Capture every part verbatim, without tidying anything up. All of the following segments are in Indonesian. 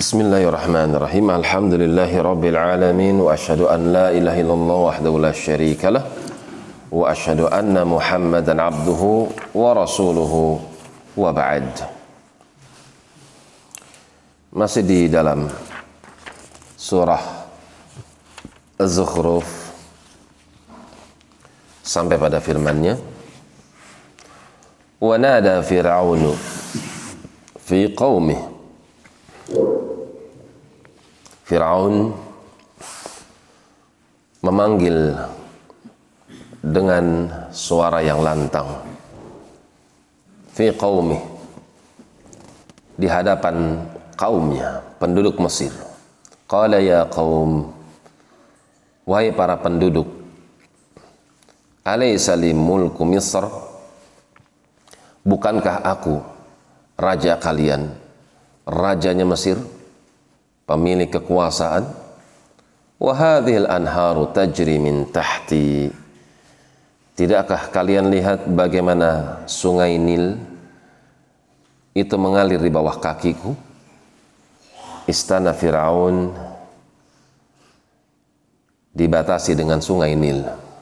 Bismillahirrahmanirrahim. Alhamdulillahi rabbil alamin wa asyhadu an la ilaha illallah wahdahu la syarika lah wa asyhadu anna Muhammadan abduhu wa rasuluhu wa ba'd. Masih di dalam surah Az-Zukhruf sampai pada firman-Nya, wa nada fir'aunu fi qaumihi. Fir'aun memanggil dengan suara yang lantang fi qaumi, di hadapan kaumnya, penduduk Mesir. Qala ya qaum, wahai para penduduk, alaysa li mulku Misr, bukankah aku raja kalian, rajanya Mesir, pemilik kekuasaan? Wa hadhil anharu tajri min tahti, tidakkah kalian lihat bagaimana sungai Nil itu mengalir di bawah kakiku? Istana Fir'aun dibatasi dengan sungai Nil.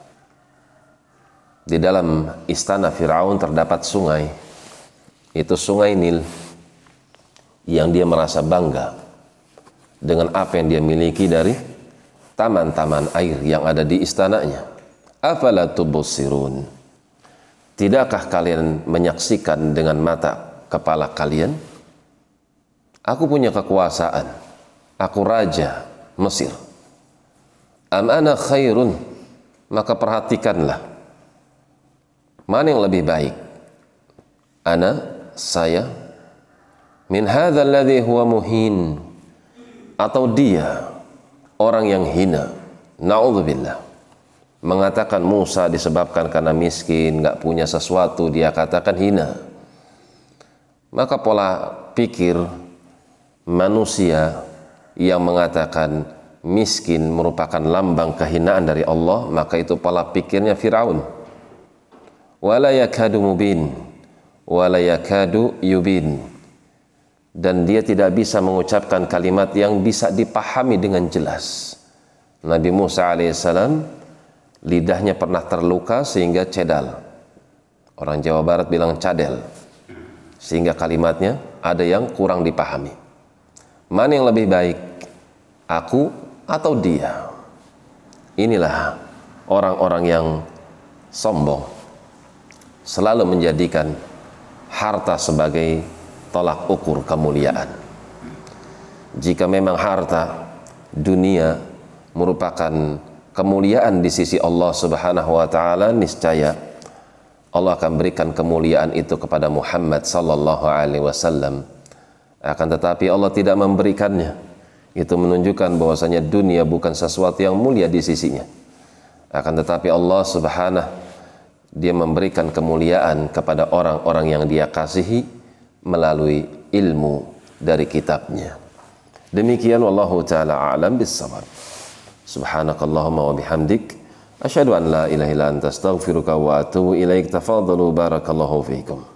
Di dalam istana Fir'aun terdapat sungai, itu sungai Nil, yang dia merasa bangga dengan apa yang dia miliki dari taman-taman air yang ada di istananya. Afala tubsirun, tidakkah kalian menyaksikan dengan mata kepala kalian? Aku punya kekuasaan, aku raja Mesir. Am ana khairun, maka perhatikanlah mana yang lebih baik, ana, saya, min hadzal ladzi huwa muhin, atau dia orang yang hina. Na'udzubillah. Mengatakan Musa disebabkan karena miskin, nggak punya sesuatu, dia katakan hina. Maka pola pikir manusia yang mengatakan miskin merupakan lambang kehinaan dari Allah, maka itu pola pikirnya Fir'aun. Wala yakadu mubin, wala yakadu yubin, dan dia tidak bisa mengucapkan kalimat yang bisa dipahami dengan jelas. Nabi Musa alaihissalam lidahnya pernah terluka sehingga cedal. Orang Jawa Barat bilang cadel, sehingga kalimatnya ada yang kurang dipahami. Mana yang lebih baik, aku atau dia? Inilah orang-orang yang sombong, selalu menjadikan harta sebagai tolak ukur kemuliaan. Jika memang harta dunia merupakan kemuliaan di sisi Allah Subhanahu wa taala, niscaya Allah akan berikan kemuliaan itu kepada Muhammad sallallahu alaihi wasallam. Akan tetapi Allah tidak memberikannya. Itu menunjukkan bahwasanya dunia bukan sesuatu yang mulia di sisinya. Akan tetapi Allah Subhanahu, dia memberikan kemuliaan kepada orang-orang yang dia kasihi melalui ilmu dari kitabnya. Demikian, wallahu ta'ala a'lam bis-shawab. Subhanakallahumma wa bihamdik, asyhadu an la ilaha illa anta astaghfiruka wa atubu ilaik. Tafadhalu, barakallahu fiikum.